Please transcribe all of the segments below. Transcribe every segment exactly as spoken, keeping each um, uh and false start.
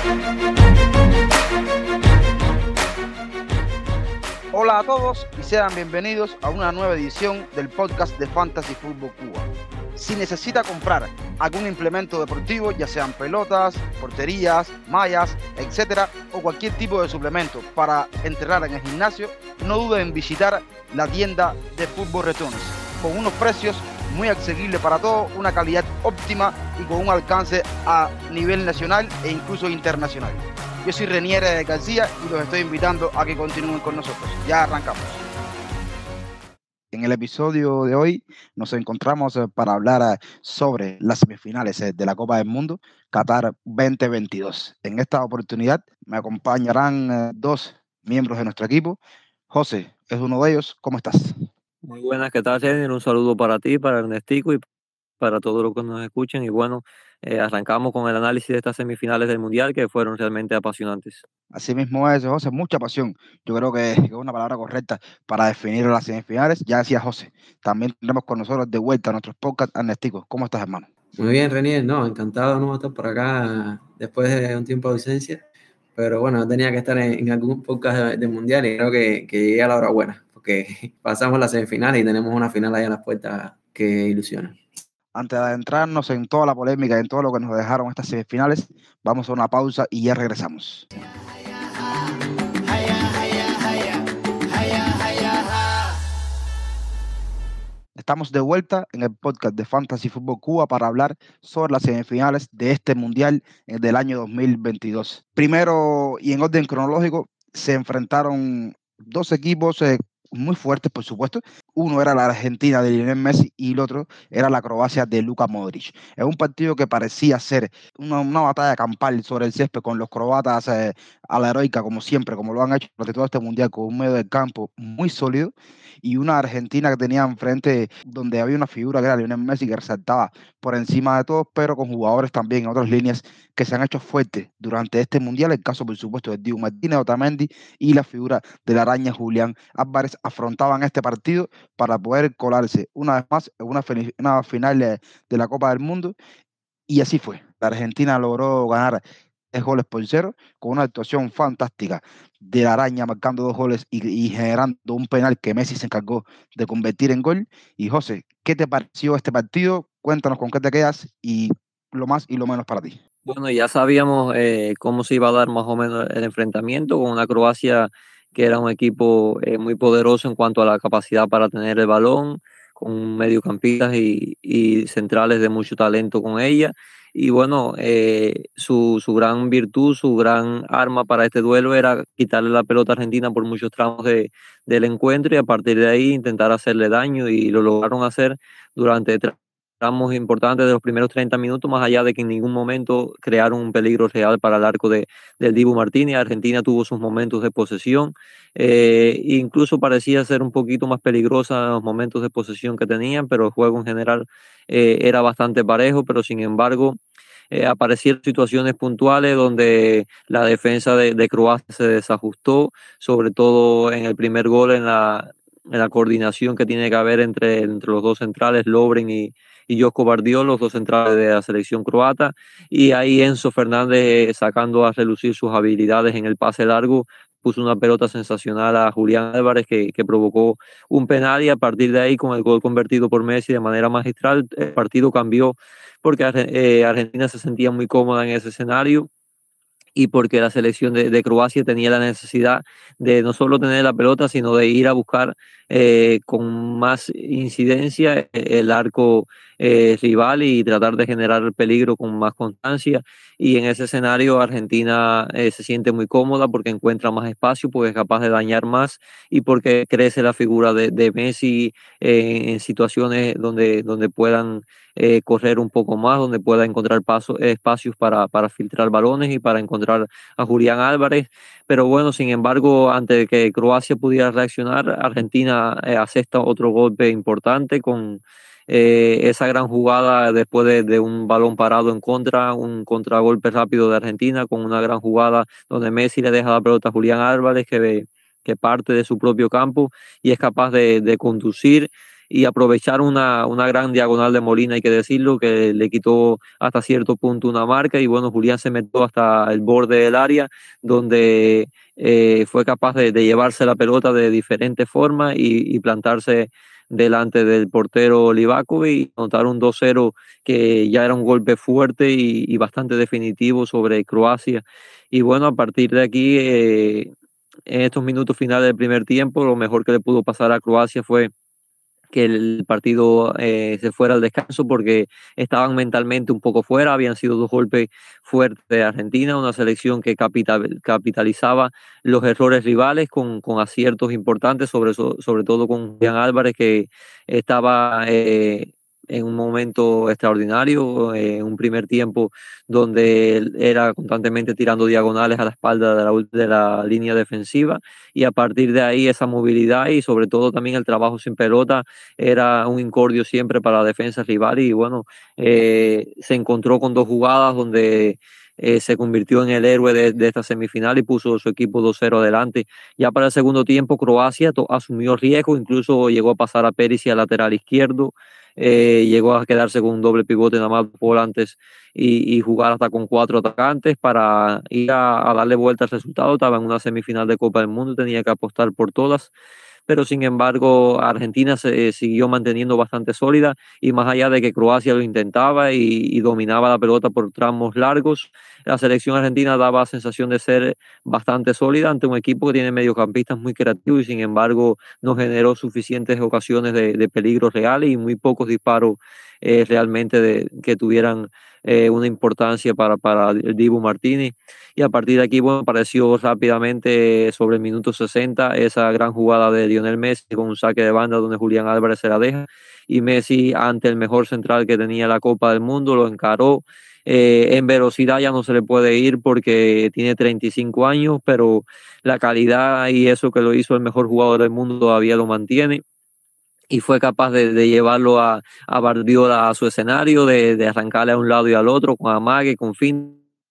Hola a todos y sean bienvenidos a una nueva edición del podcast de Fantasy Fútbol Cuba. Si necesita comprar algún implemento deportivo, ya sean pelotas, porterías, mallas, etcétera, o cualquier tipo de suplemento para entrenar en el gimnasio, no duden en visitar la tienda de Fútbol Returns, con unos precios muy accesibles para todos, una calidad óptima y con un alcance a nivel nacional e incluso internacional. Yo soy Renier García y los estoy invitando a que continúen con nosotros. Ya arrancamos. En el episodio de hoy nos encontramos para hablar sobre las semifinales de la Copa del Mundo Qatar veinte veintidós. En esta oportunidad me acompañarán dos miembros de nuestro equipo. José es uno de ellos. ¿Cómo estás? Muy buenas, ¿qué tal, Renier? Un saludo para ti, para Ernestico y para todos los que nos escuchen. Y bueno, eh, arrancamos con el análisis de estas semifinales del Mundial que fueron realmente apasionantes. Así mismo es, José, mucha pasión. Yo creo que es una palabra correcta para definir las semifinales. Ya decía José, también tendremos con nosotros de vuelta a nuestros podcasts Ernesticos. ¿Cómo estás, hermano? Muy bien, Renier, no, encantado no estar por acá después de un tiempo de ausencia, pero bueno, tenía que estar en, en algún podcast de, de Mundial y creo que, que llegué a la hora buena, porque pasamos las semifinales y tenemos una final ahí a las puertas que ilusiona. Antes de adentrarnos en toda la polémica y en todo lo que nos dejaron estas semifinales, vamos a una pausa y ya regresamos. Estamos de vuelta en el podcast de Fantasy Fútbol Cuba para hablar sobre las semifinales de este Mundial del año dos mil veintidós. Primero, y en orden cronológico, se enfrentaron dos equipos eh, muy fuertes, por supuesto. Uno era la Argentina de Lionel Messi y el otro era la Croacia de Luka Modric. Es un partido que parecía ser una, una batalla campal sobre el césped con los croatas eh, a la heroica, como siempre, como lo han hecho durante todo este Mundial, con un medio del campo muy sólido y una Argentina que tenía enfrente donde había una figura que era Lionel Messi que resaltaba por encima de todos, pero con jugadores también en otras líneas que se han hecho fuertes durante este Mundial. El caso, por supuesto, de Dibu Martínez, Otamendi y la figura de la araña Julián Álvarez afrontaban este partido para poder colarse una vez más en una, una final de, de la Copa del Mundo, y así fue. La Argentina logró ganar tres goles por cero con una actuación fantástica de la araña, marcando dos goles y, y generando un penal que Messi se encargó de convertir en gol. Y José, ¿qué te pareció este partido? Cuéntanos con qué te quedas y lo más y lo menos para ti. Bueno, ya sabíamos eh, cómo se iba a dar más o menos el enfrentamiento con una Croacia que era un equipo eh, muy poderoso en cuanto a la capacidad para tener el balón, con mediocampistas y, y centrales de mucho talento con ella. Y bueno, eh, su, su gran virtud, su gran arma para este duelo era quitarle la pelota a Argentina por muchos tramos de, del encuentro y a partir de ahí intentar hacerle daño, y lo lograron hacer durante tramos importantes de los primeros treinta minutos, más allá de que en ningún momento crearon un peligro real para el arco de, del Dibu Martínez. Argentina tuvo sus momentos de posesión, eh, incluso parecía ser un poquito más peligrosa en los momentos de posesión que tenían, pero el juego en general eh, era bastante parejo, pero sin embargo eh, aparecieron situaciones puntuales donde la defensa de, de Croacia se desajustó, sobre todo en el primer gol, en la, en la coordinación que tiene que haber entre, entre los dos centrales, Lovren y y Josko Gvardiol, los dos centrales de la selección croata, y ahí Enzo Fernández, sacando a relucir sus habilidades en el pase largo, puso una pelota sensacional a Julián Álvarez que, que provocó un penal, y a partir de ahí, con el gol convertido por Messi de manera magistral, el partido cambió porque eh, Argentina se sentía muy cómoda en ese escenario, y porque la selección de, de Croacia tenía la necesidad de no solo tener la pelota, sino de ir a buscar eh, con más incidencia el arco eh, rival y tratar de generar peligro con más constancia. Y en ese escenario Argentina eh, se siente muy cómoda porque encuentra más espacio, porque es capaz de dañar más y porque crece la figura de, de Messi eh, en situaciones donde, donde puedan Eh, correr un poco más, donde pueda encontrar paso, eh, espacios para, para filtrar balones y para encontrar a Julián Álvarez. Pero bueno, sin embargo, antes de que Croacia pudiera reaccionar, Argentina eh, asesta otro golpe importante con eh, esa gran jugada después de, de un balón parado en contra, un contragolpe rápido de Argentina con una gran jugada donde Messi le deja la pelota a Julián Álvarez, que, que parte de su propio campo y es capaz de, de conducir y aprovechar una, una gran diagonal de Molina, hay que decirlo, que le quitó hasta cierto punto una marca, y bueno, Julián se metió hasta el borde del área, donde eh, fue capaz de, de llevarse la pelota de diferentes formas y, y plantarse delante del portero Livakovic y anotar un dos cero que ya era un golpe fuerte y, y bastante definitivo sobre Croacia. Y bueno, a partir de aquí, eh, en estos minutos finales del primer tiempo, lo mejor que le pudo pasar a Croacia fue que el partido eh, se fuera al descanso, porque estaban mentalmente un poco fuera, habían sido dos golpes fuertes de Argentina, una selección que capital, capitalizaba los errores rivales con, con aciertos importantes, sobre, sobre todo con Julián Álvarez, que estaba eh, en un momento extraordinario, en eh, un primer tiempo donde él era constantemente tirando diagonales a la espalda de la, de la línea defensiva, y a partir de ahí esa movilidad y sobre todo también el trabajo sin pelota era un incordio siempre para la defensa rival. Y bueno, eh, se encontró con dos jugadas donde eh, se convirtió en el héroe de, de esta semifinal y puso su equipo dos cero adelante. Ya para el segundo tiempo Croacia to, asumió riesgo, incluso llegó a pasar a Perisic al lateral izquierdo, eh, llegó a quedarse con un doble pivote nada más volantes y, y jugar hasta con cuatro atacantes para ir a, a darle vuelta al resultado. Estaba en una semifinal de Copa del Mundo, tenía que apostar por todas, pero sin embargo Argentina se eh, siguió manteniendo bastante sólida, y más allá de que Croacia lo intentaba y, y dominaba la pelota por tramos largos, la selección argentina daba sensación de ser bastante sólida ante un equipo que tiene mediocampistas muy creativos, y sin embargo no generó suficientes ocasiones de, de peligro reales y muy pocos disparos eh, realmente de, que tuvieran eh, una importancia para, para el Dibu Martínez. Y a partir de aquí, bueno, apareció rápidamente sobre el minuto sesenta esa gran jugada de Lionel Messi con un saque de banda donde Julián Álvarez se la deja, y Messi, ante el mejor central que tenía la Copa del Mundo, lo encaró. Eh, en velocidad ya no se le puede ir porque tiene treinta y cinco años, pero la calidad y eso que lo hizo el mejor jugador del mundo todavía lo mantiene, y fue capaz de, de llevarlo a, a Guardiola a su escenario, de, de arrancarle a un lado y al otro con amague, con finta,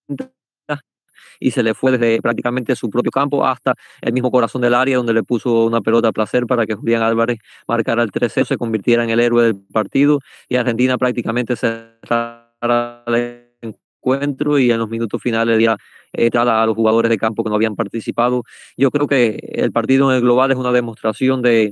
y se le fue desde prácticamente su propio campo hasta el mismo corazón del área, donde le puso una pelota a placer para que Julián Álvarez marcara el tres cero, se convirtiera en el héroe del partido, y Argentina prácticamente cerrara el encuentro y en los minutos finales diera entrada a los jugadores de campo que no habían participado. Yo creo que el partido en el global es una demostración de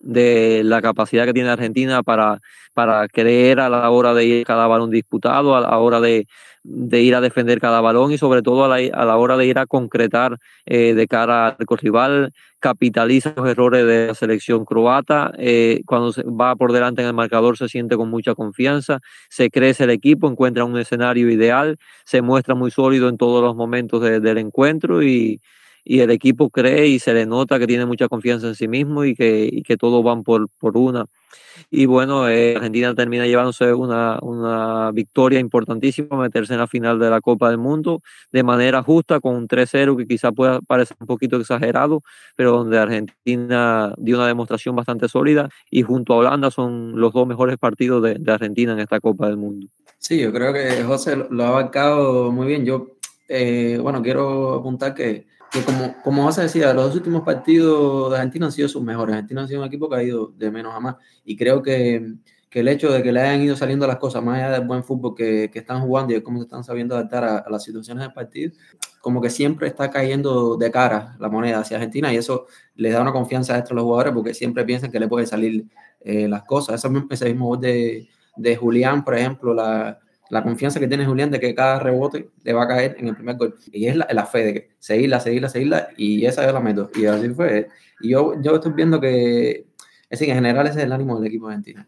de la capacidad que tiene Argentina para, para creer a la hora de ir cada balón disputado, a la hora de, de ir a defender cada balón, y sobre todo a la, a la hora de ir a concretar eh, de cara al rival. Capitaliza los errores de la selección croata, eh, cuando se va por delante en el marcador se siente con mucha confianza, se crece el equipo, encuentra un escenario ideal, se muestra muy sólido en todos los momentos de, del encuentro, y y el equipo cree y se le nota que tiene mucha confianza en sí mismo, y que, y que todos van por, por una. Y bueno, eh, Argentina termina llevándose una, una victoria importantísima, meterse en la final de la Copa del Mundo de manera justa, con un tres cero que quizá pueda parecer un poquito exagerado, pero donde Argentina dio una demostración bastante sólida, y junto a Holanda son los dos mejores partidos de, de Argentina en esta Copa del Mundo. Sí, yo creo que José lo, lo ha abarcado muy bien. Yo, eh, bueno, quiero apuntar que que como, como José decía, los dos últimos partidos de Argentina han sido sus mejores. Argentina ha sido un equipo que ha ido de menos a más, y creo que, que el hecho de que le hayan ido saliendo las cosas, más allá del buen fútbol que, que están jugando y de cómo se están sabiendo adaptar a, a las situaciones del partido, como que siempre está cayendo de cara la moneda hacia Argentina, y eso les da una confianza extra a los jugadores, porque siempre piensan que le pueden salir eh, las cosas. Eso mismo, ese mismo gol de, de Julián, por ejemplo, la la confianza que tiene Julián de que cada rebote le va a caer en el primer gol. Y es la, la fe de que seguirla, seguirla, seguirla, y esa es la meto. Y así fue. Y yo, yo estoy viendo que, es decir, en general ese es el ánimo del equipo argentino.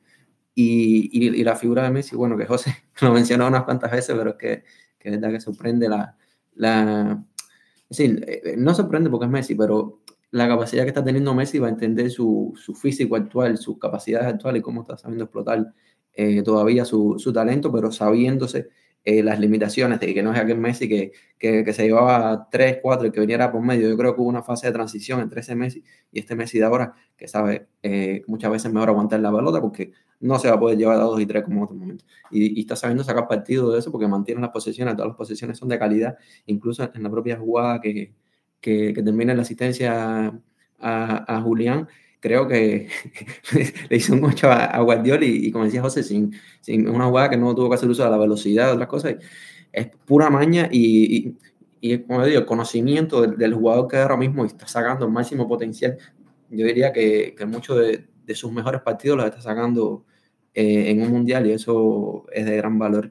Y, y, y la figura de Messi, bueno, que José lo mencionó unas cuantas veces, pero es que, que es verdad que sorprende la, la... Es decir, no sorprende porque es Messi, pero la capacidad que está teniendo Messi va a entender su, su físico actual, sus capacidades actuales, y cómo está sabiendo explotar Eh, todavía su, su talento, pero sabiéndose eh, las limitaciones de que no es aquel Messi que, que, que se llevaba tres, cuatro, que viniera por medio. Yo creo que hubo una fase de transición entre ese Messi y este Messi de ahora, que sabe eh, muchas veces mejor aguantar la pelota, porque no se va a poder llevar a dos y tres como en otro momento. Y, y está sabiendo sacar partido de eso, porque mantiene las posiciones, todas las posiciones son de calidad, incluso en la propia jugada que, que, que termina en la asistencia a, a Julián. creo que le hizo un ocho a, a Guardiola y, y como decía José, sin, sin una jugada que no tuvo que hacer uso de la velocidad, de otras cosas, es pura maña y, y, y como digo, el conocimiento del, del jugador que ahora mismo está sacando el máximo potencial. Yo diría que, que muchos de, de sus mejores partidos los está sacando eh, en un mundial y eso es de gran valor.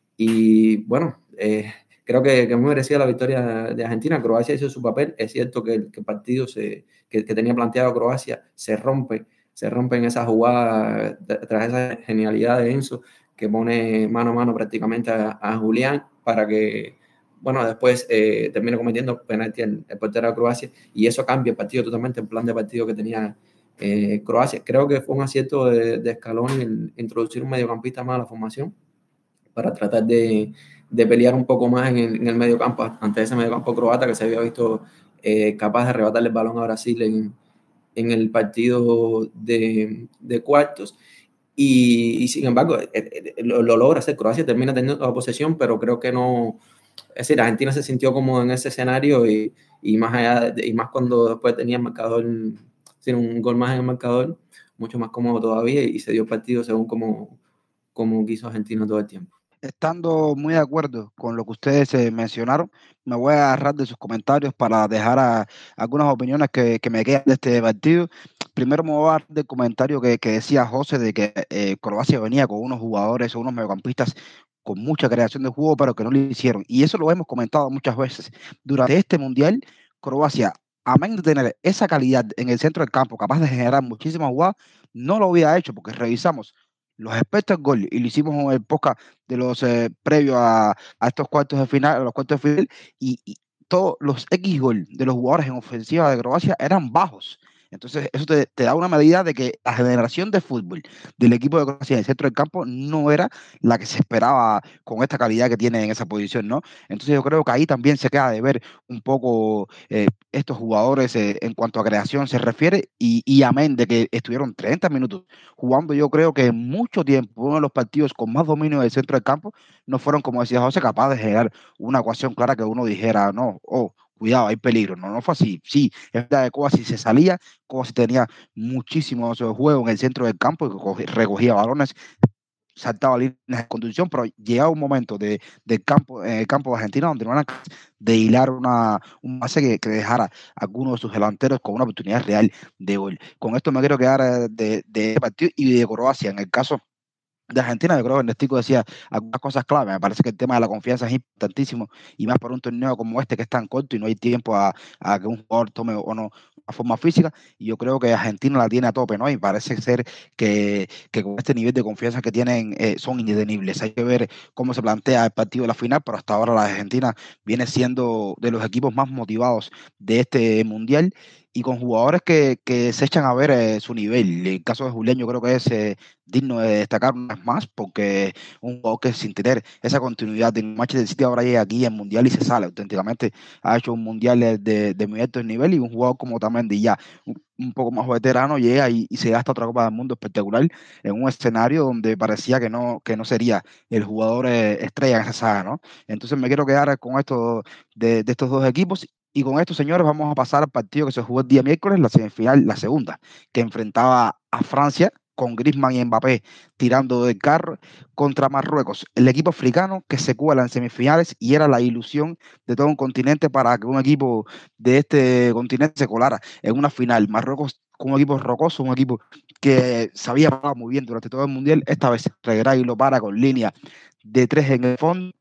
Y bueno, eh, creo que, que muy merecida la victoria de Argentina. Croacia hizo su papel. Es cierto que el, que el partido se, que, que tenía planteado Croacia se rompe, se rompe en esa jugada tras esa genialidad de Enzo que pone mano a mano prácticamente a, a Julián para que, bueno, después eh, termine cometiendo penalti el, el portero de Croacia y eso cambia el partido totalmente, el plan de partido que tenía eh, Croacia. Creo que fue un acierto de, de Scaloni en introducir un mediocampista más a la formación para tratar de, de pelear un poco más en el, en el medio campo, ante ese medio campo croata que se había visto eh, capaz de arrebatarle el balón a Brasil en, en el partido de, de cuartos. Y, y sin embargo, eh, eh, lo, lo logra hacer. Croacia termina teniendo la posesión, pero creo que no. Es decir, Argentina se sintió como en ese escenario y, y más allá de, y más cuando después tenía el marcador, sin un gol más en el marcador, mucho más cómodo todavía y se dio partido según como, como quiso Argentina todo el tiempo. Estando muy de acuerdo con lo que ustedes eh, mencionaron, me voy a agarrar de sus comentarios para dejar a, algunas opiniones que, que me quedan de este partido. Primero me voy a dar del comentario que, que decía José de que eh, Croacia venía con unos jugadores o unos mediocampistas con mucha creación de juego, pero que no lo hicieron. Y eso lo hemos comentado muchas veces. Durante este Mundial, Croacia, amén de tener esa calidad en el centro del campo, capaz de generar muchísimas jugadas, no lo había hecho porque revisamos los expertos en gol y lo hicimos en el podcast de los eh, previos a, a estos cuartos de final, a los cuartos de final, y, y todos los X gol de los jugadores en ofensiva de Croacia eran bajos. Entonces, eso te, te da una medida de que la generación de fútbol del equipo de Croacia en el centro del campo no era la que se esperaba con esta calidad que tiene en esa posición, ¿no? Entonces, yo creo que ahí también se queda de ver un poco eh, estos jugadores eh, en cuanto a creación se refiere, y, y amén de que estuvieron treinta minutos jugando, yo creo que mucho tiempo, uno de los partidos con más dominio del centro del campo, no fueron, como decía José, capaces de generar una ecuación clara que uno dijera, no, oh, cuidado, hay peligro. No, no fue así. Sí, es verdad que Kovacic se salía, Kovacic tenía muchísimo juego en el centro del campo, y recogía balones, saltaba líneas de conducción, pero llegaba un momento de, del campo, en el campo de Argentina donde no eran de hilar una, un pase que, que dejara a alguno de sus delanteros con una oportunidad real de gol. Con esto me quiero quedar de, de este partido y de Croacia. En el caso de Argentina, yo creo que Ernestico decía algunas cosas clave. Me parece que el tema de la confianza es importantísimo, y más para un torneo como este que es tan corto y no hay tiempo a, a que un jugador tome o no a forma física, y yo creo que Argentina la tiene a tope, ¿no? Y parece ser que, que con este nivel de confianza que tienen eh, son indetenibles. Hay que ver cómo se plantea el partido de la final, pero hasta ahora la Argentina viene siendo de los equipos más motivados de este Mundial, y con jugadores que, que se echan a ver eh, su nivel. El caso de Julián yo creo que es eh, digno de destacar una vez más, porque un jugador que sin tener esa continuidad en Manchester City ahora llega aquí en Mundial y se sale. Auténticamente ha hecho un Mundial de, de muy alto nivel, y un jugador como Tamendi ya un, un poco más veterano llega y, y se gasta otra Copa del Mundo espectacular en un escenario donde parecía que no, que no sería el jugador eh, estrella en esa saga, ¿no? Entonces me quiero quedar con esto de, de estos dos equipos. Y con esto, señores, vamos a pasar al partido que se jugó el día miércoles, la semifinal, la segunda, que enfrentaba a Francia con Griezmann y Mbappé tirando del carro contra Marruecos, el equipo africano que se cuela en semifinales y era la ilusión de todo un continente para que un equipo de este continente se colara en una final. Marruecos con un equipo rocoso, un equipo que sabía parar muy bien durante todo el Mundial, esta vez Regragui lo para con línea de tres en el fondo.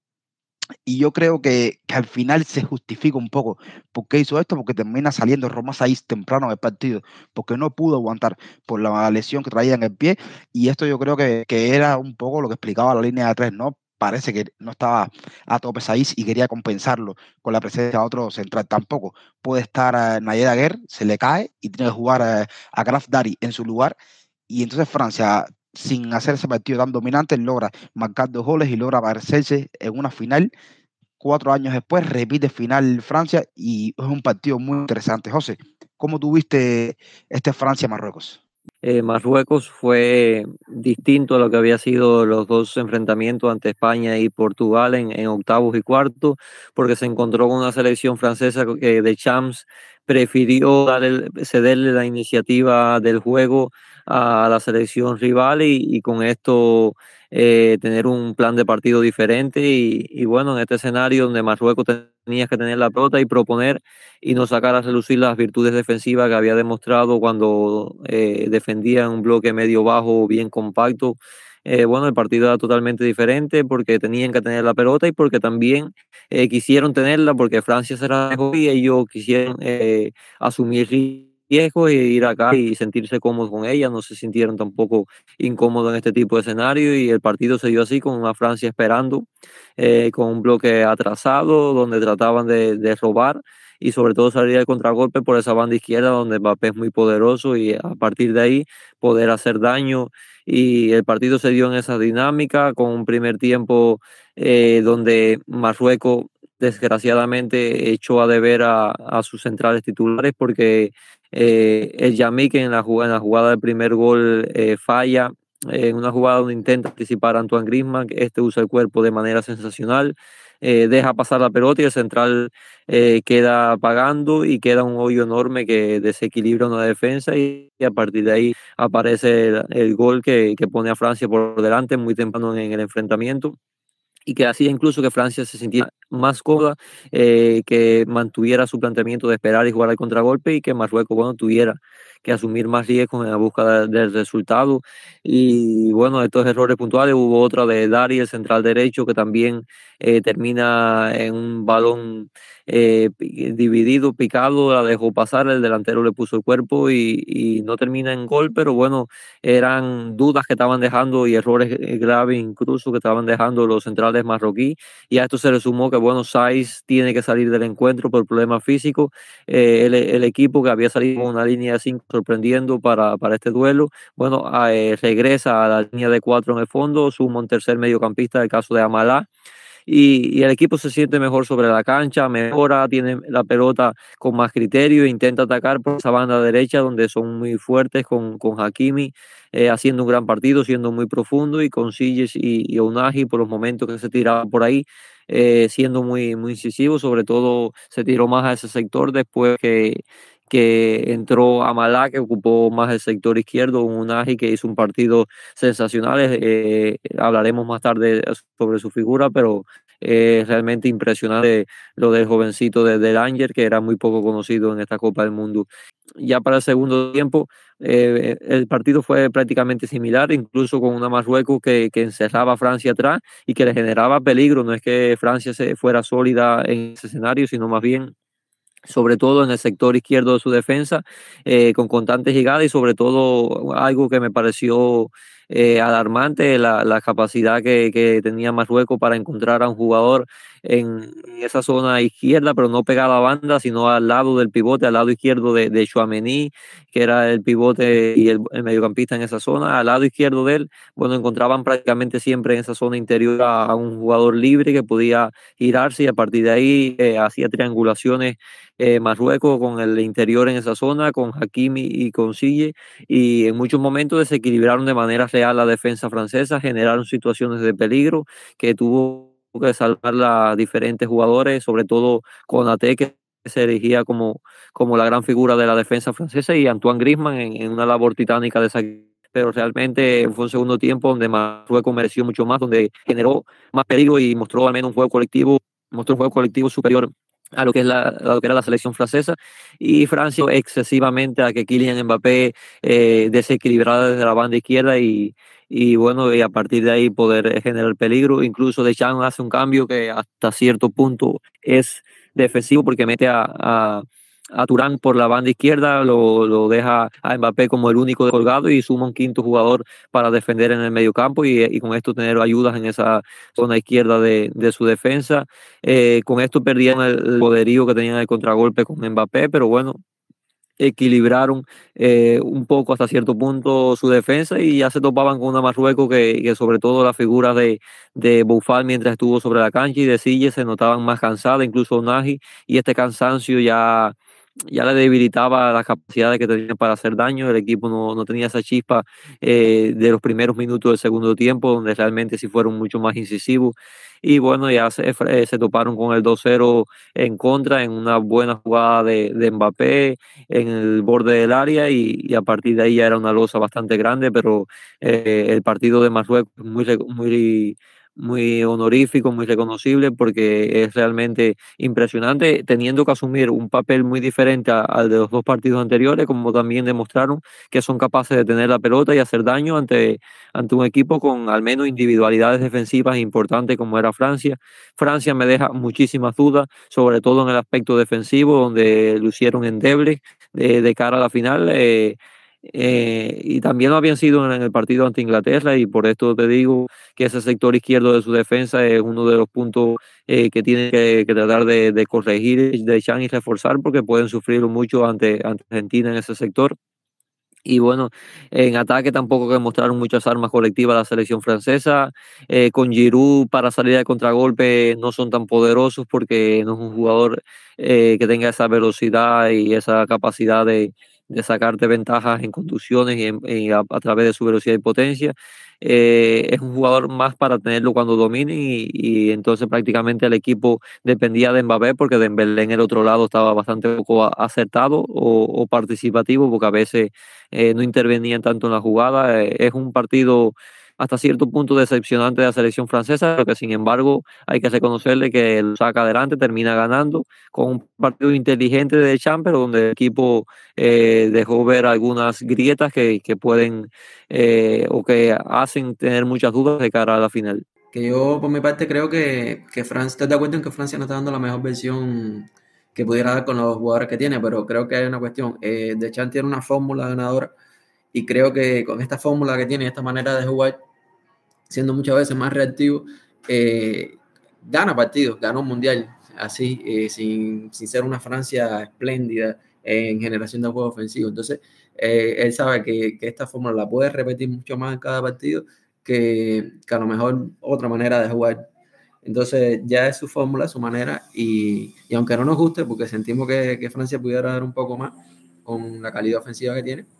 Y yo creo que, que al final se justifica un poco por qué hizo esto, porque termina saliendo Roma Saiz temprano del partido, porque no pudo aguantar por la lesión que traía en el pie. Y esto yo creo que, que era un poco lo que explicaba la línea de tres, ¿no? Parece que no estaba a tope Saiz y quería compensarlo con la presencia de otro central. Tampoco puede estar uh, Nayed Aguer, se le cae y tiene que jugar uh, a Graf Dari en su lugar. Y entonces Francia, sin hacer ese partido tan dominante, logra marcar dos goles y logra parecerse en una final. Cuatro años después repite final Francia y es un partido muy interesante. José, ¿cómo tuviste este Francia-Marruecos? Eh, Marruecos fue distinto a lo que había sido los dos enfrentamientos ante España y Portugal en, en octavos y cuartos, porque se encontró con una selección francesa que de Champs prefirió darle, cederle la iniciativa del juego a la selección rival y, y con esto eh, tener un plan de partido diferente y, y bueno, en este escenario donde Marruecos tenía que tener la pelota y proponer y no sacar a relucir las virtudes defensivas que había demostrado cuando eh, defendía en un bloque medio bajo bien compacto. Eh, bueno, el partido era totalmente diferente porque tenían que tener la pelota y porque también eh, quisieron tenerla porque Francia será mejor y ellos quisieron eh, asumir riesgos e ir acá y sentirse cómodos con ella. No se sintieron tampoco incómodos en este tipo de escenario y el partido se dio así con una Francia esperando, eh, con un bloque atrasado donde trataban de, de robar y sobre todo salir al contragolpe por esa banda izquierda donde Mbappé es muy poderoso y a partir de ahí poder hacer daño y el partido se dio en esa dinámica con un primer tiempo eh, donde Marruecos desgraciadamente echó a deber a, a sus centrales titulares porque eh, el Yamí que en la jugada, en la jugada del primer gol eh, falla en una jugada donde intenta anticipar a Antoine Griezmann, este usa el cuerpo de manera sensacional, eh, deja pasar la pelota y el central eh, queda pagando y queda un hoyo enorme que desequilibra una defensa y, y a partir de ahí aparece el, el gol que, que pone a Francia por delante muy temprano en el enfrentamiento y que hacía incluso que Francia se sintiera más cómoda, eh, que mantuviera su planteamiento de esperar y jugar al contragolpe y que Marruecos, bueno, tuviera que asumir más riesgos en la búsqueda del resultado. Y bueno, estos errores puntuales, hubo otra de Dari, el central derecho, que también eh, termina en un balón eh, dividido, picado, la dejó pasar, el delantero le puso el cuerpo y, y no termina en gol, pero bueno, eran dudas que estaban dejando y errores graves incluso que estaban dejando los centrales marroquí y a esto se le sumó que bueno, Saiz tiene que salir del encuentro por problemas físicos, eh, el, el, equipo que había salido con una línea de cinco sorprendiendo para, para este duelo, bueno, eh, regresa a la línea de cuatro en el fondo, suma un tercer mediocampista, el caso de Amalá, y, y el equipo se siente mejor sobre la cancha, mejora, tiene la pelota con más criterio, intenta atacar por esa banda derecha donde son muy fuertes con, con Hakimi, eh, haciendo un gran partido, siendo muy profundo y con Silles y, y Ounahi por los momentos que se tiraban por ahí, eh, siendo muy, muy incisivo, sobre todo se tiró más a ese sector después que que entró Amalá, que ocupó más el sector izquierdo, un Unai que hizo un partido sensacional, eh, hablaremos más tarde sobre su figura, pero es eh, realmente impresionante lo del jovencito de Del Ángel, que era muy poco conocido en esta Copa del Mundo. Ya para el segundo tiempo, eh, el partido fue prácticamente similar, incluso con una Marruecos que, que encerraba a Francia atrás y que le generaba peligro. No es que Francia se fuera sólida en ese escenario, sino más bien sobre todo en el sector izquierdo de su defensa, eh, con constantes llegadas y sobre todo algo que me pareció eh, alarmante, la, la capacidad que, que tenía Marruecos para encontrar a un jugador en, en esa zona izquierda, pero no pegada a banda, sino al lado del pivote, al lado izquierdo de, de Tchouaméni, que era el pivote y el, el mediocampista en esa zona. Al lado izquierdo de él, bueno, encontraban prácticamente siempre en esa zona interior a, a un jugador libre que podía girarse y a partir de ahí eh, hacía triangulaciones eh, Marruecos con el interior en esa zona, con Hakimi y con Sille, y en muchos momentos desequilibraron de manera real la defensa francesa, generaron situaciones de peligro que tuvo que salvar a diferentes jugadores, sobre todo Konaté, que se erigía como, como la gran figura de la defensa francesa, y Antoine Griezmann en, en una labor titánica de esa, pero realmente fue un segundo tiempo donde Marruecos mereció mucho más, donde generó más peligro y mostró al menos un juego colectivo, mostró un juego colectivo superior a lo que es la, a lo que era la selección francesa, y Francia excesivamente a que Kylian Mbappé eh, desequilibrara desde la banda izquierda y, y bueno, y a partir de ahí poder generar peligro. Incluso Deschamps hace un cambio que hasta cierto punto es defensivo porque mete a, a a Turán por la banda izquierda, lo, lo deja a Mbappé como el único colgado y suma un quinto jugador para defender en el mediocampo y, y con esto tener ayudas en esa zona izquierda de, de su defensa. Eh, con esto perdían el poderío que tenían el contragolpe con Mbappé, pero bueno, equilibraron eh, un poco hasta cierto punto su defensa y ya se topaban con una Marruecos que, que sobre todo las figuras de, de Boufal mientras estuvo sobre la cancha y de Sille se notaban más cansadas, incluso Nagy, y este cansancio ya ya le debilitaba las capacidades que tenía para hacer daño. El equipo no, no tenía esa chispa eh, de los primeros minutos del segundo tiempo, donde realmente sí fueron mucho más incisivos. Y bueno, ya se, eh, se toparon con el dos cero en contra, en una buena jugada de, de Mbappé en el borde del área, y, y a partir de ahí ya era una losa bastante grande, pero eh, el partido de Marruecos es muy, muy, muy honorífico, muy reconocible, porque es realmente impresionante, teniendo que asumir un papel muy diferente a- al de los dos partidos anteriores, como también demostraron que son capaces de tener la pelota y hacer daño ante, ante un equipo con al menos individualidades defensivas importantes como era Francia. Francia me deja muchísimas dudas, sobre todo en el aspecto defensivo, donde lucieron endebles de, de cara a la final. Eh, eh, y también lo habían sido en el partido ante Inglaterra, y por esto te digo que ese sector izquierdo de su defensa es uno de los puntos eh, que tienen que, que tratar de, de corregir Deschamps y reforzar, porque pueden sufrir mucho ante, ante Argentina en ese sector. Y bueno, en ataque tampoco que mostraron muchas armas colectivas la selección francesa. Eh, con Giroud para salir al contragolpe no son tan poderosos, porque no es un jugador eh, que tenga esa velocidad y esa capacidad de, de sacarte ventajas en conducciones y, en- y a, a través de su velocidad y potencia. Eh, es un jugador más para tenerlo cuando domine, y, y entonces prácticamente el equipo dependía de Mbappé, porque Dembélé en el otro lado estaba bastante poco a- acertado o, o participativo, porque a veces eh, no intervenían tanto en la jugada. Eh, es un partido hasta cierto punto decepcionante de la selección francesa, pero que sin embargo hay que reconocerle que lo saca adelante, termina ganando con un partido inteligente de Deschamps, pero donde el equipo eh, dejó ver algunas grietas que, que pueden eh, o que hacen tener muchas dudas de cara a la final. Que yo, por mi parte, creo que, que Francia, estoy de acuerdo en que Francia no está dando la mejor versión que pudiera dar con los jugadores que tiene, pero creo que hay una cuestión. Eh, Deschamps tiene una fórmula ganadora, y creo que con esta fórmula que tiene, esta manera de jugar, siendo muchas veces más reactivo, eh, gana partidos, gana un mundial, así, eh, sin, sin ser una Francia espléndida en generación de juego ofensivo. Entonces, eh, él sabe que, que esta fórmula la puede repetir mucho más en cada partido que, que a lo mejor otra manera de jugar. Entonces, ya es su fórmula, su manera, y, y aunque no nos guste, porque sentimos que, que Francia pudiera dar un poco más con la calidad ofensiva que tiene,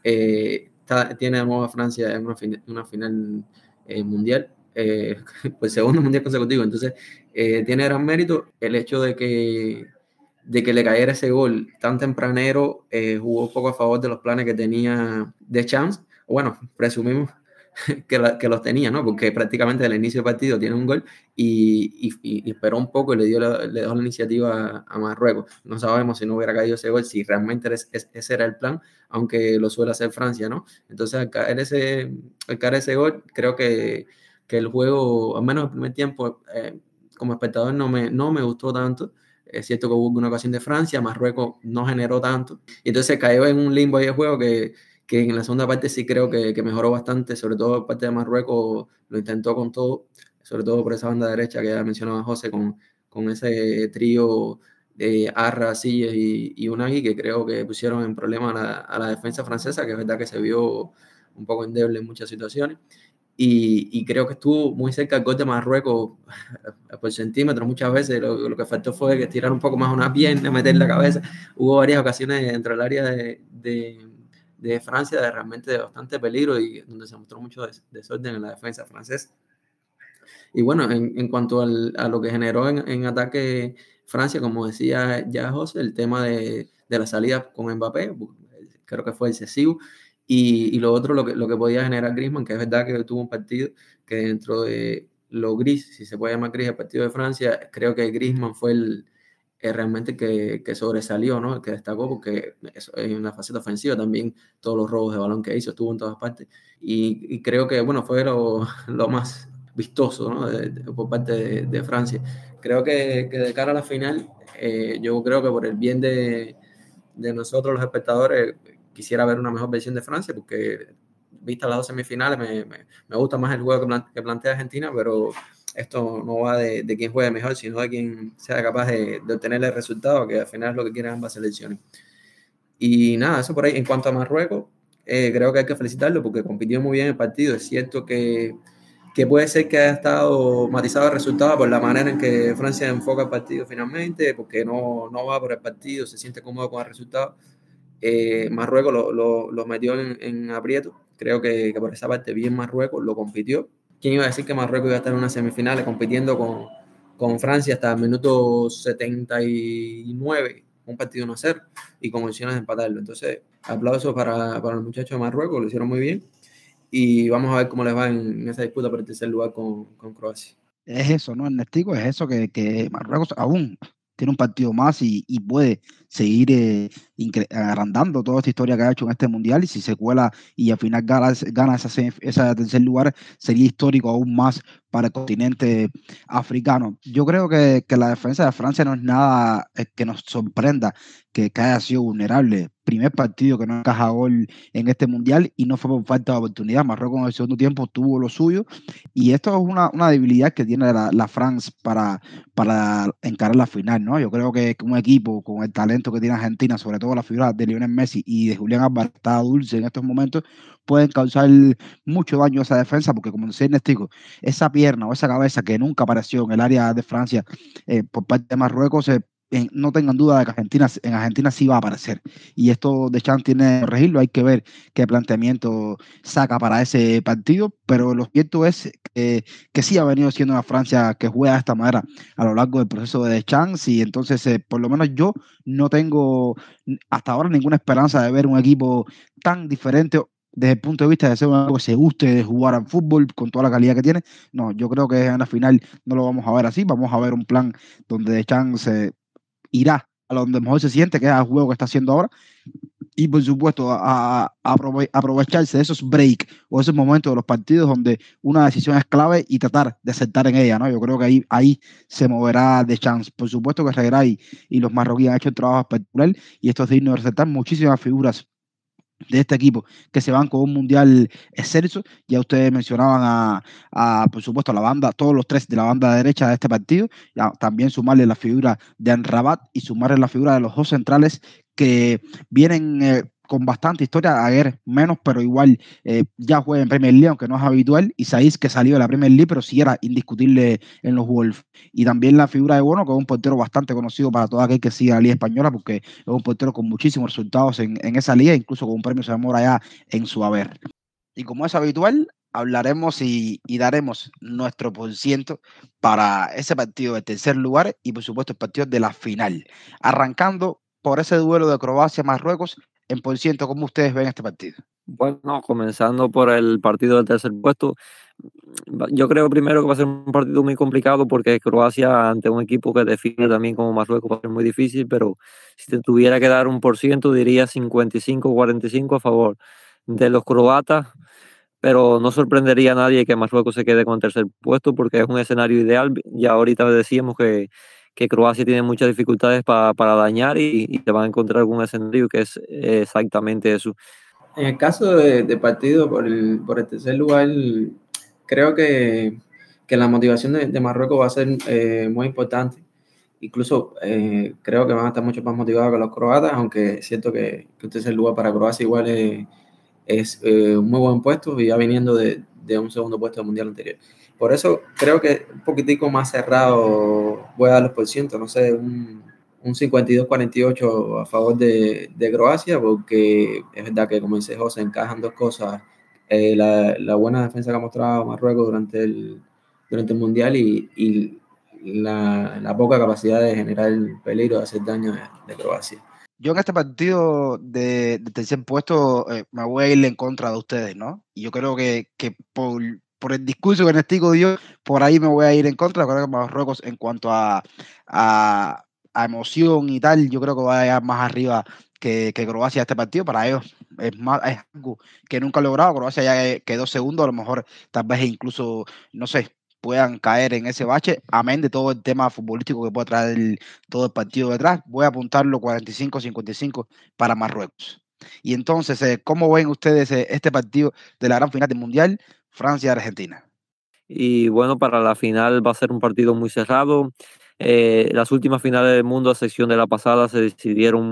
eh, está, tiene de nuevo a Francia en una, fin, una final eh, mundial, eh, pues segundo mundial consecutivo. Entonces, eh, tiene gran mérito el hecho de que, de que le cayera ese gol tan tempranero. Eh, jugó un poco a favor de los planes que tenía Deschamps. Bueno, presumimos que, la, que los tenía, ¿no? Porque prácticamente al inicio del partido tiene un gol y, y, y esperó un poco y le dio la, le dejó la iniciativa a, a Marruecos. No sabemos si no hubiera caído ese gol, si realmente es, es, ese era el plan, aunque lo suele hacer Francia, ¿no? Entonces, al caer ese, al caer ese gol, creo que, que el juego, al menos el primer tiempo, eh, como espectador no me, no me gustó tanto. Es cierto que hubo una ocasión de Francia, Marruecos no generó tanto, y entonces cayó en un limbo ahí de juego que que en la segunda parte sí creo que, que mejoró bastante, sobre todo parte de Marruecos lo intentó con todo, sobre todo por esa banda derecha que ya mencionaba José, con, con ese trío de Arra, Silles y, y Unai, que creo que pusieron en problema a la, a la defensa francesa, que es verdad que se vio un poco endeble en muchas situaciones. Y, y, creo que estuvo muy cerca el gol de Marruecos por centímetros muchas veces. Lo, lo que faltó fue que tirar un poco más una pierna, meter la cabeza. Hubo varias ocasiones dentro del área de, de, de Francia de realmente de bastante peligro, y donde se mostró mucho des, desorden en la defensa francesa. Y bueno, en, en cuanto al, a lo que generó en, en ataque Francia, como decía ya José, el tema de, de la salida con Mbappé, creo que fue excesivo. Y, y lo otro, lo que, lo que podía generar Griezmann, que es verdad que tuvo un partido que dentro de lo gris, si se puede llamar gris, el partido de Francia, creo que Griezmann fue el, el realmente que, que sobresalió, ¿no? El que destacó, porque eso, en la faceta ofensiva también todos los robos de balón que hizo, estuvo en todas partes. Y, y creo que, bueno, fue lo, lo más vistoso, ¿no? de, de, por parte de, de Francia. Creo que, que de cara a la final, eh, yo creo que por el bien de, de nosotros los espectadores, quisiera ver una mejor versión de Francia, porque vistas las dos semifinales me, me, me gusta más el juego que, plan, que plantea Argentina, pero esto no va de, de quién juegue mejor, sino de quién sea capaz de, de obtener el resultado, que al final es lo que quieren ambas selecciones. Y nada, eso por ahí. En cuanto a Marruecos, eh, creo que hay que felicitarlo porque compitió muy bien el partido. Es cierto que, que puede ser que haya estado matizado el resultado por la manera en que Francia enfoca el partido finalmente, porque no, no va por el partido, se siente cómodo con el resultado. Eh, Marruecos lo, lo, lo metió en, en aprieto, creo que, que por esa parte bien Marruecos, lo compitió. ¿Quién iba a decir que Marruecos iba a estar en unas semifinales compitiendo con, con Francia hasta el minuto setenta y nueve, un partido no cero, y con opciones de empatarlo? Entonces, aplausos para, para los muchachos de Marruecos, lo hicieron muy bien, y vamos a ver cómo les va en, en esa disputa por el tercer lugar con, con Croacia. Es eso, ¿no, Ernestico? Es eso que, que Marruecos aún tiene un partido más y, y puede seguir eh, incre- agrandando toda esta historia que ha hecho en este mundial. Y si se cuela y al final gana, gana esa, semif- ese tercer lugar, sería histórico aún más para el continente africano. Yo creo que, que la defensa de Francia no es nada eh, que nos sorprenda que, que haya sido vulnerable. Primer partido que no encaja gol en este mundial y no fue por falta de oportunidad. Marruecos en el segundo tiempo tuvo lo suyo y esto es una, una debilidad que tiene la, la France para, para encarar la final, ¿no? Yo creo que un equipo con el talento que tiene Argentina, sobre todo la figura de Lionel Messi y de Julián Álvarez, está dulce en estos momentos, pueden causar mucho daño a esa defensa, porque como decía Nestico, esa pierna o esa cabeza que nunca apareció en el área de Francia eh, por parte de Marruecos, eh, en- no tengan duda de que Argentina, en Argentina sí va a aparecer. Y esto de Chan tiene que corregirlo, hay que ver qué planteamiento saca para ese partido, pero lo cierto es que, que sí ha venido siendo una Francia que juega de esta manera a lo largo del proceso de Deschamps y entonces eh, por lo menos yo no tengo hasta ahora ninguna esperanza de ver un equipo tan diferente desde el punto de vista de ser un equipo que se guste de jugar al fútbol con toda la calidad que tiene. No, yo creo que en la final no lo vamos a ver así, vamos a ver un plan donde Deschamps se irá a donde mejor se siente, que es al juego que está haciendo ahora, y por supuesto a, a aprove aprovecharse de esos breaks o esos momentos de los partidos donde una decisión es clave y tratar de acertar en ella, ¿no? Yo creo que ahí, ahí se moverá de chance. Por supuesto que Regueray y los marroquíes han hecho el trabajo espectacular y esto es digno de resaltar muchísimas figuras de este equipo que se van con un mundial excelso. Ya ustedes mencionaban a, a, por supuesto, a la banda, todos los tres de la banda derecha de este partido, ya, también sumarle la figura de Amrabat y sumarle la figura de los dos centrales que vienen eh, con bastante historia, Aguer menos, pero igual eh, ya juega en Premier League, aunque no es habitual, y Saiz que salió de la Premier League, pero sí era indiscutible en los Wolves. Y también la figura de Bono, que es un portero bastante conocido para todo aquel que siga la Liga Española, porque es un portero con muchísimos resultados en, en esa liga, incluso con un premio Zamora ya en su haber. Y como es habitual, hablaremos y, y daremos nuestro por ciento para ese partido de tercer lugar y por supuesto el partido de la final. Arrancando por ese duelo de Croacia-Marruecos, en por ciento, ¿cómo ustedes ven este partido? Bueno, comenzando por el partido del tercer puesto, yo creo primero que va a ser un partido muy complicado porque Croacia ante un equipo que define también como Marruecos va a ser muy difícil, pero si te tuviera que dar un por ciento diría cincuenta y cinco cuarenta y cinco a favor de los croatas, pero no sorprendería a nadie que Marruecos se quede con el tercer puesto porque es un escenario ideal. Ya ahorita decíamos que, que Croacia tiene muchas dificultades pa, para dañar y, y te va a encontrar algún escenario que es exactamente eso. En el caso de, de partido por el, por el tercer lugar, creo que, que la motivación de, de Marruecos va a ser eh, muy importante. Incluso eh, creo que van a estar mucho más motivados que los croatas, aunque siento que, que un tercer lugar para Croacia igual es, es eh, un muy buen puesto y ya viniendo de, de un segundo puesto del mundial anterior. Por eso creo que un poquitico más cerrado voy a dar los por ciento, no sé, un, un cincuenta y dos cuarenta y ocho a favor de, de Croacia, porque es verdad que, como dice José, encajan dos cosas. Eh, la, la buena defensa que ha mostrado Marruecos durante el, durante el mundial y, y la, la poca capacidad de generar peligro, de hacer daño de, de Croacia. Yo en este partido de, de tercer puesto eh, me voy a ir en contra de ustedes, ¿no? Y yo creo que, que por, por el discurso que Nestico dio, por ahí me voy a ir en contra. Creo que Marruecos en cuanto a, a, a emoción y tal, yo creo que va a llegar más arriba que, que Croacia este partido. Para ellos es, más, es algo que nunca ha logrado. Croacia ya quedó segundo, a lo mejor tal vez incluso, no sé, puedan caer en ese bache, amén de todo el tema futbolístico que puede traer el, todo el partido detrás. Voy a apuntarlo cuarenta y cinco cincuenta y cinco para Marruecos. Y entonces, eh, ¿cómo ven ustedes eh, este partido de la gran final del Mundial, Francia-Argentina? Y bueno, para la final va a ser un partido muy cerrado. Eh, las últimas finales del mundo, a excepción de la pasada, se decidieron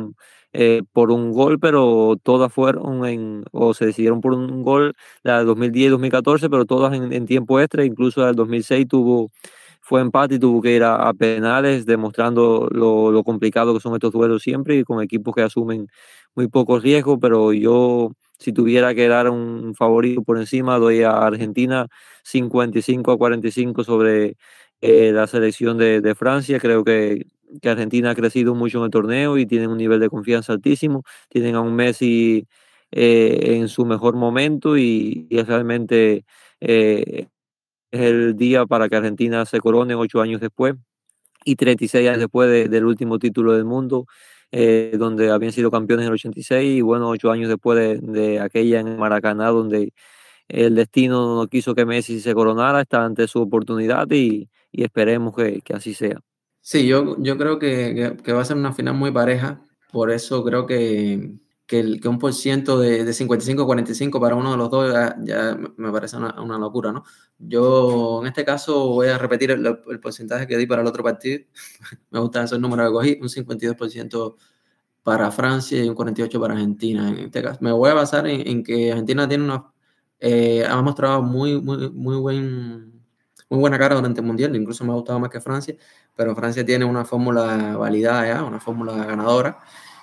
eh, por un gol, pero todas fueron en, o se decidieron por un gol, la de dos mil diez y dos mil catorce, pero todas en, en tiempo extra, incluso la del dos mil seis tuvo, fue empate y tuvo que ir a, a penales, demostrando lo, lo complicado que son estos duelos siempre y con equipos que asumen muy pocos riesgos, pero yo, si tuviera que dar un favorito por encima, doy a Argentina cincuenta y cinco a cuarenta y cinco sobre eh, la selección de, de Francia. Creo que, que Argentina ha crecido mucho en el torneo y tienen un nivel de confianza altísimo. Tienen a un Messi eh, en su mejor momento y, y es realmente eh, es el día para que Argentina se corone ocho años después y treinta y seis años después de, del último título del mundo, eh, donde habían sido campeones en el ochenta y seis y bueno, ocho años después de, de aquella en Maracaná, donde el destino no quiso que Messi se coronara, está ante su oportunidad y, y esperemos que, que así sea. Sí, yo, yo creo que, que, que va a ser una final muy pareja, por eso creo que, que, el, que un por ciento de, de cincuenta y cinco a cuarenta y cinco para uno de los dos ya, ya me parece una, una locura, ¿no? Yo en este caso voy a repetir el, el porcentaje que di para el otro partido. Me gusta esos números que cogí, un cincuenta y dos por ciento para Francia y un cuarenta y ocho por ciento para Argentina. En este caso, me voy a basar en, en que Argentina tiene una, eh, ha mostrado muy, muy, muy, buen, muy buena cara durante el Mundial, incluso me ha gustado más que Francia, pero Francia tiene una fórmula validada ya, una fórmula ganadora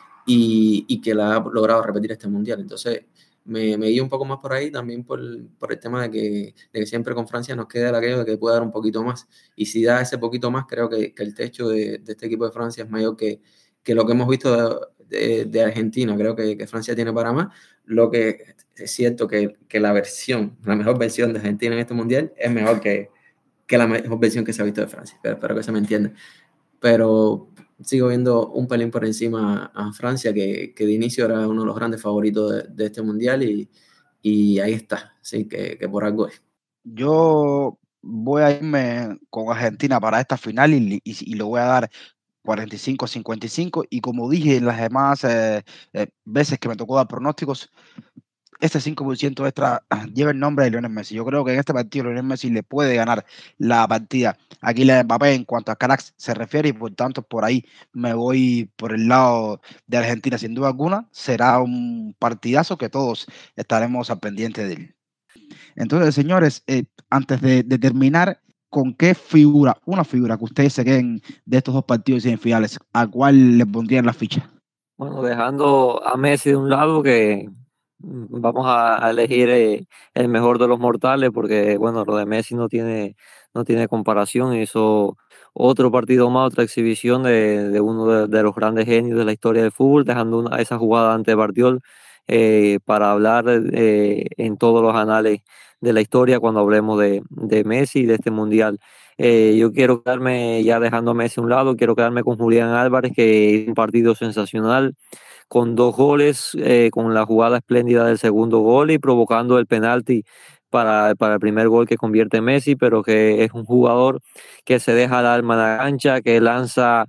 y, y que la ha logrado repetir este Mundial. Entonces, me, me guío un poco más por ahí, también por, por el tema de que, de que siempre con Francia nos queda aquello de que puede dar un poquito más. Y si da ese poquito más, creo que, que el techo de, de este equipo de Francia es mayor que, que lo que hemos visto de, de, de Argentina. Creo que, que Francia tiene para más. Lo que es cierto que, que la versión, la mejor versión de Argentina en este Mundial es mejor que, que la mejor versión que se ha visto de Francia. Pero espero que se me entienda. Pero sigo viendo un pelín por encima a Francia, que, que de inicio era uno de los grandes favoritos de, de este Mundial y, y ahí está, sí, que, que por algo es. Yo voy a irme con Argentina para esta final y, y, y le voy a dar cuarenta y cinco a cincuenta y cinco y como dije en las demás eh, eh, veces que me tocó dar pronósticos, este cinco por ciento extra lleva el nombre de Lionel Messi. Yo creo que en este partido Lionel Messi le puede ganar la partida a Kylian Mbappé en cuanto a cracks se refiere y por tanto por ahí me voy por el lado de Argentina sin duda alguna. Será un partidazo que todos estaremos al pendiente de él. Entonces, señores, eh, antes de, de terminar, ¿con qué figura, una figura que ustedes se queden de estos dos partidos semifinales, a cuál le pondrían la ficha? Bueno, dejando a Messi de un lado, que vamos a elegir eh, el mejor de los mortales, porque bueno, lo de Messi no tiene, no tiene comparación. Hizo otro partido más, otra exhibición de, de uno de, de los grandes genios de la historia del fútbol, dejando una, esa jugada ante Bardiol eh, para hablar eh, en todos los anales de la historia cuando hablemos de, de Messi y de este mundial. Eh, yo quiero quedarme, ya dejando a Messi a un lado, quiero quedarme con Julián Álvarez, que hizo un partido sensacional, con dos goles, eh, con la jugada espléndida del segundo gol y provocando el penalti para, para el primer gol que convierte Messi, pero que es un jugador que se deja el alma en la cancha, que lanza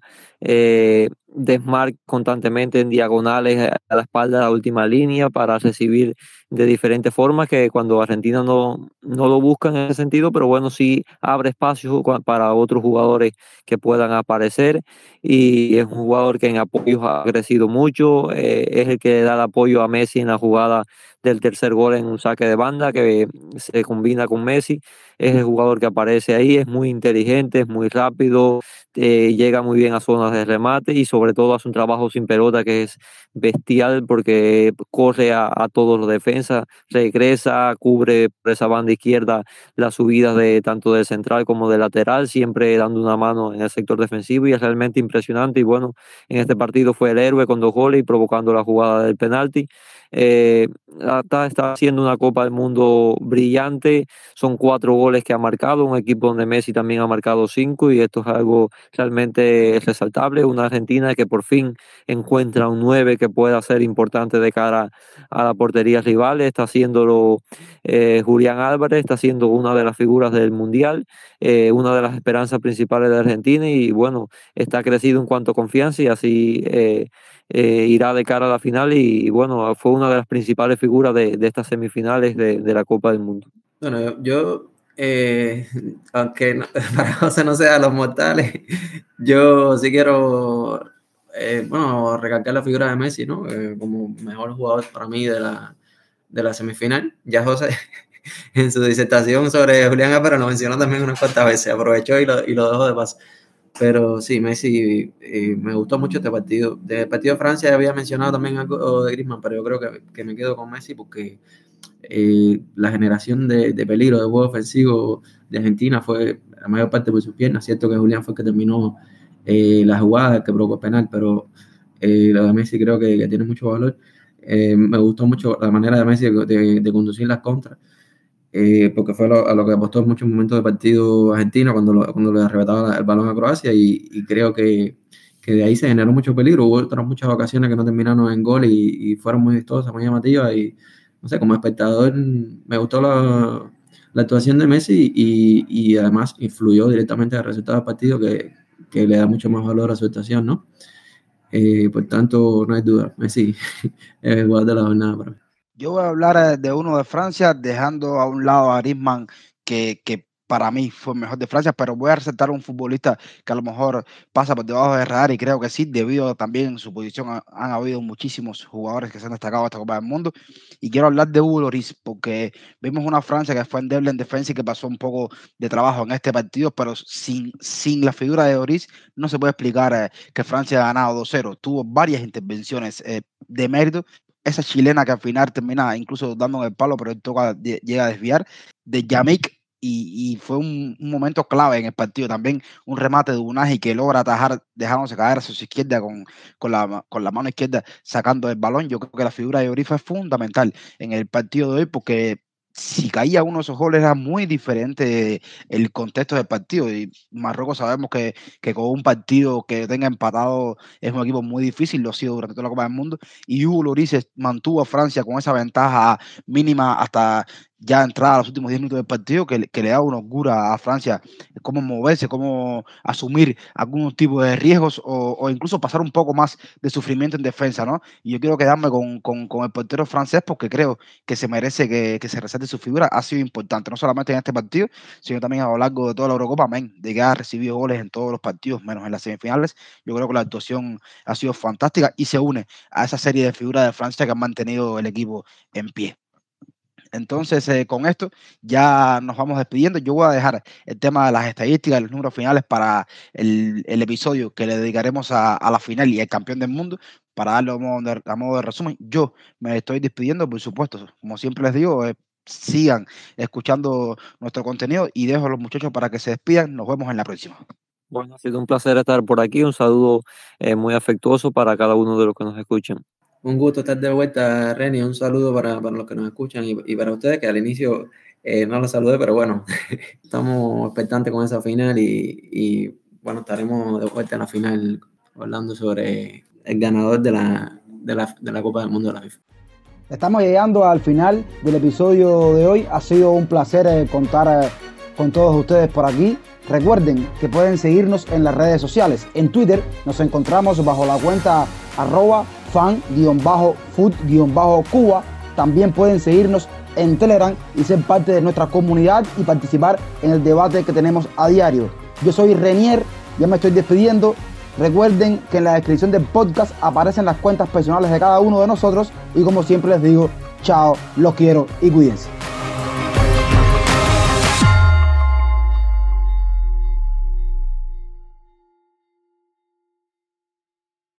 eh, desmarc constantemente en diagonales a la espalda de la última línea para recibir de diferentes formas, que cuando Argentina no, no lo busca en ese sentido, pero bueno, sí abre espacio para otros jugadores que puedan aparecer, y es un jugador que en apoyos ha crecido mucho, eh, es el que da el apoyo a Messi en la jugada del tercer gol en un saque de banda que se combina con Messi. Es el jugador que aparece ahí, es muy inteligente, es muy rápido, eh, llega muy bien a zonas de remate y sobre todo hace un trabajo sin pelota que es bestial, porque corre a, a todos los defensas, regresa, cubre por esa banda izquierda las subidas de tanto del central como del lateral, siempre dando una mano en el sector defensivo, y es realmente impresionante. Y bueno, en este partido fue el héroe con dos goles y provocando la jugada del penalti. Eh, está, está haciendo una Copa del Mundo brillante, son cuatro goles que ha marcado, un equipo donde Messi también ha marcado cinco, y esto es algo realmente resaltable. Una Argentina que por fin encuentra un nueve que pueda ser importante de cara a la portería rival, está haciéndolo eh, Julián Álvarez, está siendo una de las figuras del Mundial, eh, una de las esperanzas principales de Argentina, y bueno, está crecido en cuanto a confianza y así eh, eh, irá de cara a la final, y, y bueno, fue una de las principales figuras de, de estas semifinales de, de la Copa del Mundo. Bueno, yo, yo eh, aunque no, para José no sea los mortales, yo sí quiero eh, bueno, recalcar la figura de Messi, ¿no? Eh, como mejor jugador para mí de la, de la semifinal. Ya José en su disertación sobre Julián Álvarez lo mencionó también unas cuantas veces, aprovechó y lo, y lo dejó de paso. Pero sí, Messi, eh, me gustó mucho este partido. Del partido de Francia había mencionado también algo de Griezmann, pero yo creo que, que me quedo con Messi porque eh, la generación de, de peligro, de juego ofensivo de Argentina fue la mayor parte por sus piernas. Cierto que Julián fue el que terminó eh, la jugada, que provocó penal, pero eh, lo de Messi creo que, que tiene mucho valor. Eh, me gustó mucho la manera de Messi de, de, de conducir las contras. Eh, porque fue lo, a lo que apostó en muchos momentos del partido argentino cuando, lo, cuando le arrebataba el balón a Croacia y, y creo que, que de ahí se generó mucho peligro. Hubo otras muchas ocasiones que no terminaron en gol y, y fueron muy vistosas, muy llamativas y no sé, como espectador me gustó la, la actuación de Messi y, y además influyó directamente en el resultado del partido que, que le da mucho más valor a su actuación, ¿no? Eh, por tanto, no hay duda, Messi es el jugador de la jornada para mí. Yo voy a hablar de uno de Francia, dejando a un lado a Griezmann, que, que para mí fue el mejor de Francia, pero voy a resaltar a un futbolista que a lo mejor pasa por debajo de radar y creo que sí, debido también en su posición han, han habido muchísimos jugadores que se han destacado a esta Copa del Mundo. Y quiero hablar de Hugo Lloris, porque vimos una Francia que fue endeble en defensa y que pasó un poco de trabajo en este partido, pero sin, sin la figura de Lloris no se puede explicar eh, que Francia ha ganado dos cero. Tuvo varias intervenciones eh, de mérito. Esa chilena que al final termina incluso dando en el palo, pero él toca, llega a desviar, de Yamik, y, y fue un, un momento clave en el partido. También un remate de Unai que logra atajar, dejándose caer a su izquierda con, con, la, con la mano izquierda sacando el balón. Yo creo que la figura de Lloris fue fundamental en el partido de hoy porque si caía uno de esos goles era muy diferente el contexto del partido y Marruecos sabemos que, que con un partido que tenga empatado es un equipo muy difícil, lo ha sido durante toda la Copa del Mundo y Hugo Lloris mantuvo a Francia con esa ventaja mínima hasta ya entrada a los últimos diez minutos del partido que, que le da una oscura a Francia cómo moverse, cómo asumir algún tipo de riesgos o, o incluso pasar un poco más de sufrimiento en defensa, ¿no? Y yo quiero quedarme con, con, con el portero francés porque creo que se merece que, que se resalte su figura, ha sido importante, no solamente en este partido, sino también a lo largo de toda la Eurocopa, amén, de que ha recibido goles en todos los partidos, menos en las semifinales. Yo creo que la actuación ha sido fantástica y se une a esa serie de figuras de Francia que han mantenido el equipo en pie. Entonces, eh, con esto ya nos vamos despidiendo. Yo voy a dejar el tema de las estadísticas, los números finales para el, el episodio que le dedicaremos a, a la final y al campeón del mundo, para darle a modo, de, a modo de resumen. Yo me estoy despidiendo, por supuesto, como siempre les digo, eh, sigan escuchando nuestro contenido y dejo a los muchachos para que se despidan. Nos vemos en la próxima. Bueno, ha sido un placer estar por aquí. Un saludo eh, muy afectuoso para cada uno de los que nos escuchan. Un gusto estar de vuelta, Reni. Un saludo para, para los que nos escuchan y, y para ustedes, que al inicio eh, no los saludé, pero bueno, estamos expectantes con esa final y, y bueno, estaremos de vuelta en la final hablando sobre el ganador de la, de la, de la Copa del Mundo de la FIFA. Estamos llegando al final del episodio de hoy. Ha sido un placer eh, contar eh, con todos ustedes por aquí. Recuerden que pueden seguirnos en las redes sociales. En Twitter nos encontramos bajo la cuenta arroba fan-food-cuba. También pueden seguirnos en Telegram y ser parte de nuestra comunidad y participar en el debate que tenemos a diario. Yo soy Renier, ya me estoy despidiendo. Recuerden que en la descripción del podcast aparecen las cuentas personales de cada uno de nosotros y como siempre les digo, chao, los quiero y cuídense.